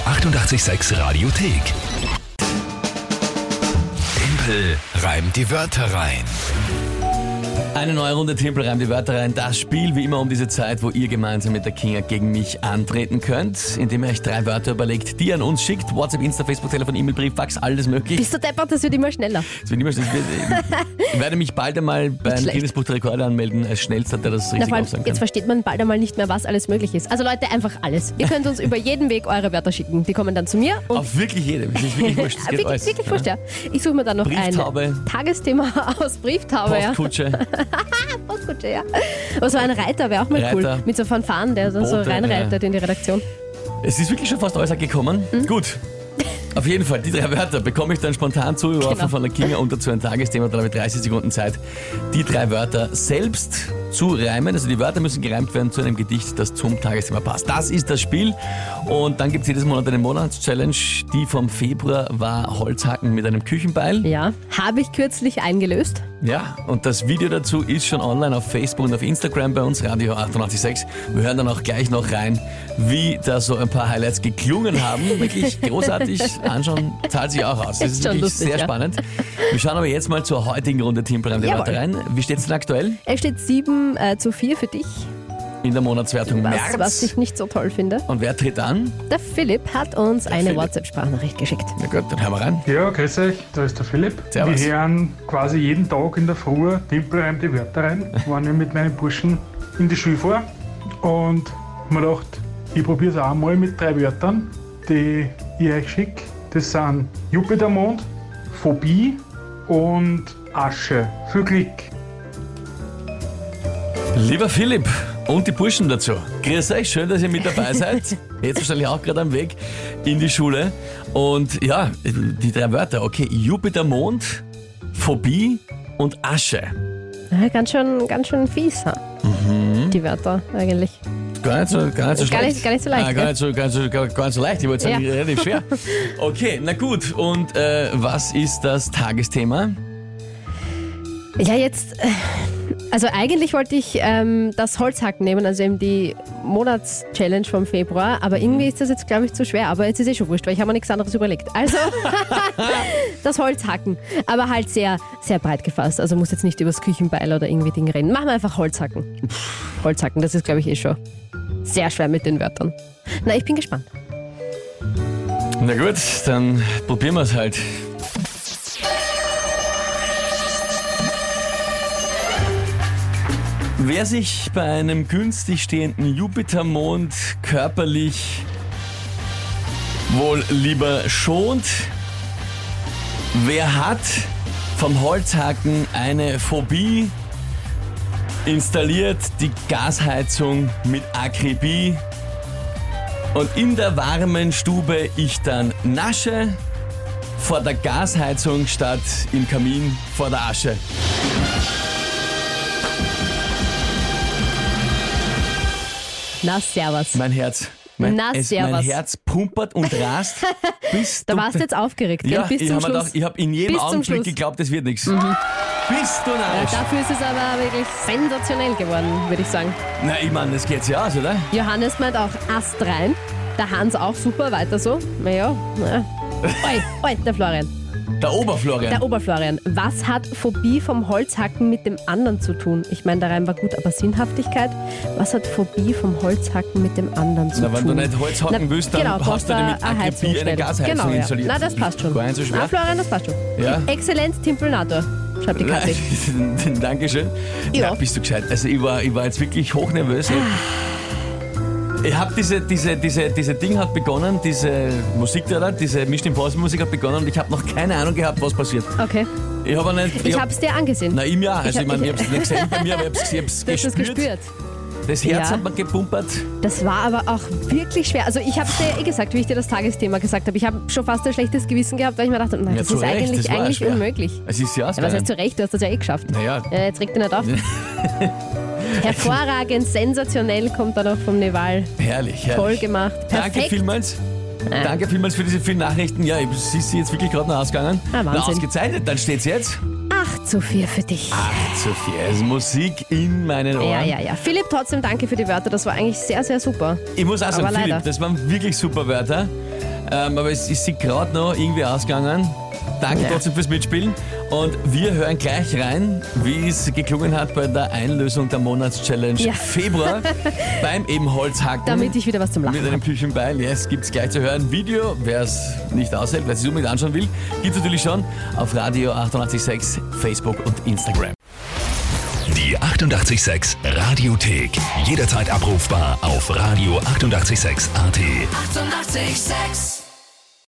886 Radiothek. Tempel reimt die Wörter rein. Eine neue Runde Tempel reimt die Wörter rein. Das Spiel wie immer um diese Zeit, wo ihr gemeinsam mit der Kinga gegen mich antreten könnt, indem ihr euch 3 Wörter überlegt, die ihr an uns schickt. WhatsApp, Insta, Facebook, Telefon, E-Mail, Brief, Fax, alles möglich. Bist du deppert, das wird immer schneller. Das wird immer schneller. Ich werde mich bald einmal beim Guinness-Buch der Rekorde anmelden, als schnellster, der das richtig aufsagen kann. Jetzt versteht man bald einmal nicht mehr, was alles möglich ist. Also Leute, einfach alles. Ihr könnt uns über jeden Weg eure Wörter schicken. Die kommen dann zu mir. Und auf wirklich jedem. Das ist wirklich wurscht. Das geht alles. Wirklich wurscht, ja. Ich suche mir dann noch ein Tagesthema aus. Brieftaube, Postkutsche. Postkutsche, ja. Aber so ein Reiter wäre auch mal cool. Mit so Fanfaren, der dann so reinreitet in die Redaktion. Es ist wirklich schon fast alles gekommen. Gut. Auf jeden Fall, die 3 Wörter bekomme ich dann spontan zugeworfen von der Kinga und dazu ein Tagesthema. Dann habe ich 30 Sekunden Zeit, die 3 Wörter selbst zu reimen. Also die Wörter müssen gereimt werden zu einem Gedicht, das zum Tagesthema passt. Das ist das Spiel. Und dann gibt es jedes Monat eine Monatschallenge. Die vom Februar war Holzhacken mit einem Küchenbeil. Ja, habe ich kürzlich eingelöst. Ja, und das Video dazu ist schon online auf Facebook und auf Instagram bei uns, Radio 886. Wir hören dann auch gleich noch rein, wie da so ein paar Highlights geklungen haben. Wirklich großartig anschauen, zahlt sich auch aus. Das ist wirklich lustig, sehr spannend. Wir schauen aber jetzt mal zur heutigen Runde Tempel reimt die Wörter rein. Wie steht es denn aktuell? Es steht 7:4 für dich. In der Monatswertung März. Was ich nicht so toll finde. Und wer tritt an? Der Philipp hat uns eine WhatsApp-Sprachnachricht geschickt. Na gut, dann hören wir rein. Ja, grüß euch, da ist der Philipp. Servus. Wir hören quasi jeden Tag in der Früh Tempel reimt die Wörter rein, wenn ich mit meinen Burschen in die Schule fahre. Und mir gedacht, ich probiere es auch mal mit 3 Wörtern, die ich euch schicke. Das sind Jupitermond, Phobie und Asche. Viel Glück. Lieber Philipp und die Burschen dazu. Grüß euch, schön, dass ihr mit dabei seid. Jetzt wahrscheinlich auch gerade am Weg in die Schule. Und ja, die 3 Wörter, okay, Jupiter, Mond, Phobie und Asche. Ja, ganz schön fies, die Wörter eigentlich. Gar nicht so schlecht. Gar nicht so leicht. Gar nicht so leicht, ich wollte sagen, relativ schwer. Okay, na gut, und was ist das Tagesthema? Ja, jetzt, also eigentlich wollte ich das Holzhacken nehmen, also eben die Monatschallenge vom Februar, aber irgendwie ist das jetzt, glaube ich, zu schwer, aber jetzt ist schon wurscht, weil ich habe mir nichts anderes überlegt. Also, das Holzhacken, aber halt sehr, sehr breit gefasst, also muss jetzt nicht über das Küchenbeil oder irgendwie Dinge reden. Machen wir einfach Holzhacken. Holzhacken, das ist, glaube ich, schon sehr schwer mit den Wörtern. Na, ich bin gespannt. Na gut, dann probieren wir es halt. Wer sich bei einem günstig stehenden Jupitermond körperlich wohl lieber schont, wer hat vom Holzhacken eine Phobie, installiert die Gasheizung mit Akribie und in der warmen Stube ich dann nasche vor der Gasheizung statt im Kamin vor der Asche. Na, servus. Mein Herz. Mein Herz pumpert und rast. Da warst du jetzt aufgeregt, gell? Ja, bis zum Schluss. Ich habe in jedem Augenblick geglaubt, es wird nichts. Bist du narrisch? Ja, dafür ist es aber wirklich sensationell geworden, würde ich sagen. Na, ich meine, das geht's ja aus, oder? Johannes meint auch Ast rein. Der Hans auch super, weiter so. Naja. Oi, der Florian. Der Oberflorian. Der Oberflorian. Was hat Phobie vom Holzhacken mit dem anderen zu tun? Ich meine, der Reim war gut, aber Sinnhaftigkeit. Was hat Phobie vom Holzhacken mit dem anderen zu tun? Wenn du nicht Holz hacken willst, dann hast du mit Akribie eine Gasheizung installiert. Na, das passt schon. Gar nicht so schwer. Na, Florian, das passt schon. Ja. Exzellenz Timpelnator, schreibt die Katze. Dankeschön. Ja. Na, bist du gescheit. Also ich war jetzt wirklich hochnervös. Ich habe diese Ding hat begonnen, diese Musik da, diese Mission Impossible Musik hat begonnen und ich habe noch keine Ahnung gehabt, was passiert. Okay. Ich habe es dir angesehen. Na, ihm ja. Also ich meine, ich habe es nicht gesehen bei mir, aber ich habe es gespürt. Das Herz hat mir gepumpert. Das war aber auch wirklich schwer. Also ich habe es dir gesagt, wie ich dir das Tagesthema gesagt habe. Ich habe schon fast ein schlechtes Gewissen gehabt, weil ich mir dachte, nein, das ist eigentlich unmöglich. Es ist ja was heißt zu Recht, du hast das ja geschafft. Naja. Ja, jetzt regt er nicht auf. Hervorragend, sensationell, kommt da noch vom Neval. Herrlich. Toll gemacht. Perfekt. Danke vielmals. Danke vielmals für diese vielen Nachrichten. Ja, sie ist jetzt wirklich gerade noch ausgegangen. Wahnsinn. Na, ausgezeichnet, dann steht's jetzt. 8:4 für dich. 8:4. Also Musik in meinen Ohren. Ja. Philipp, trotzdem danke für die Wörter. Das war eigentlich sehr, sehr super. Ich muss auch sagen, aber Philipp, leider. das waren wirklich super Wörter. Aber es ist sie gerade noch irgendwie ausgegangen. Danke trotzdem fürs Mitspielen. Und wir hören gleich rein, wie es geklungen hat bei der Einlösung der Monatschallenge Februar beim eben Holzhacken. Damit ich wieder was zum Lachen Mit einem Küchenbeil. Yes, gibt es gleich zu hören. Video, wer es nicht aushält, wer es unbedingt anschauen will, gibt es natürlich schon auf Radio 88.6, Facebook und Instagram. Die 88.6 Radiothek. Jederzeit abrufbar auf radio886.at. 88.6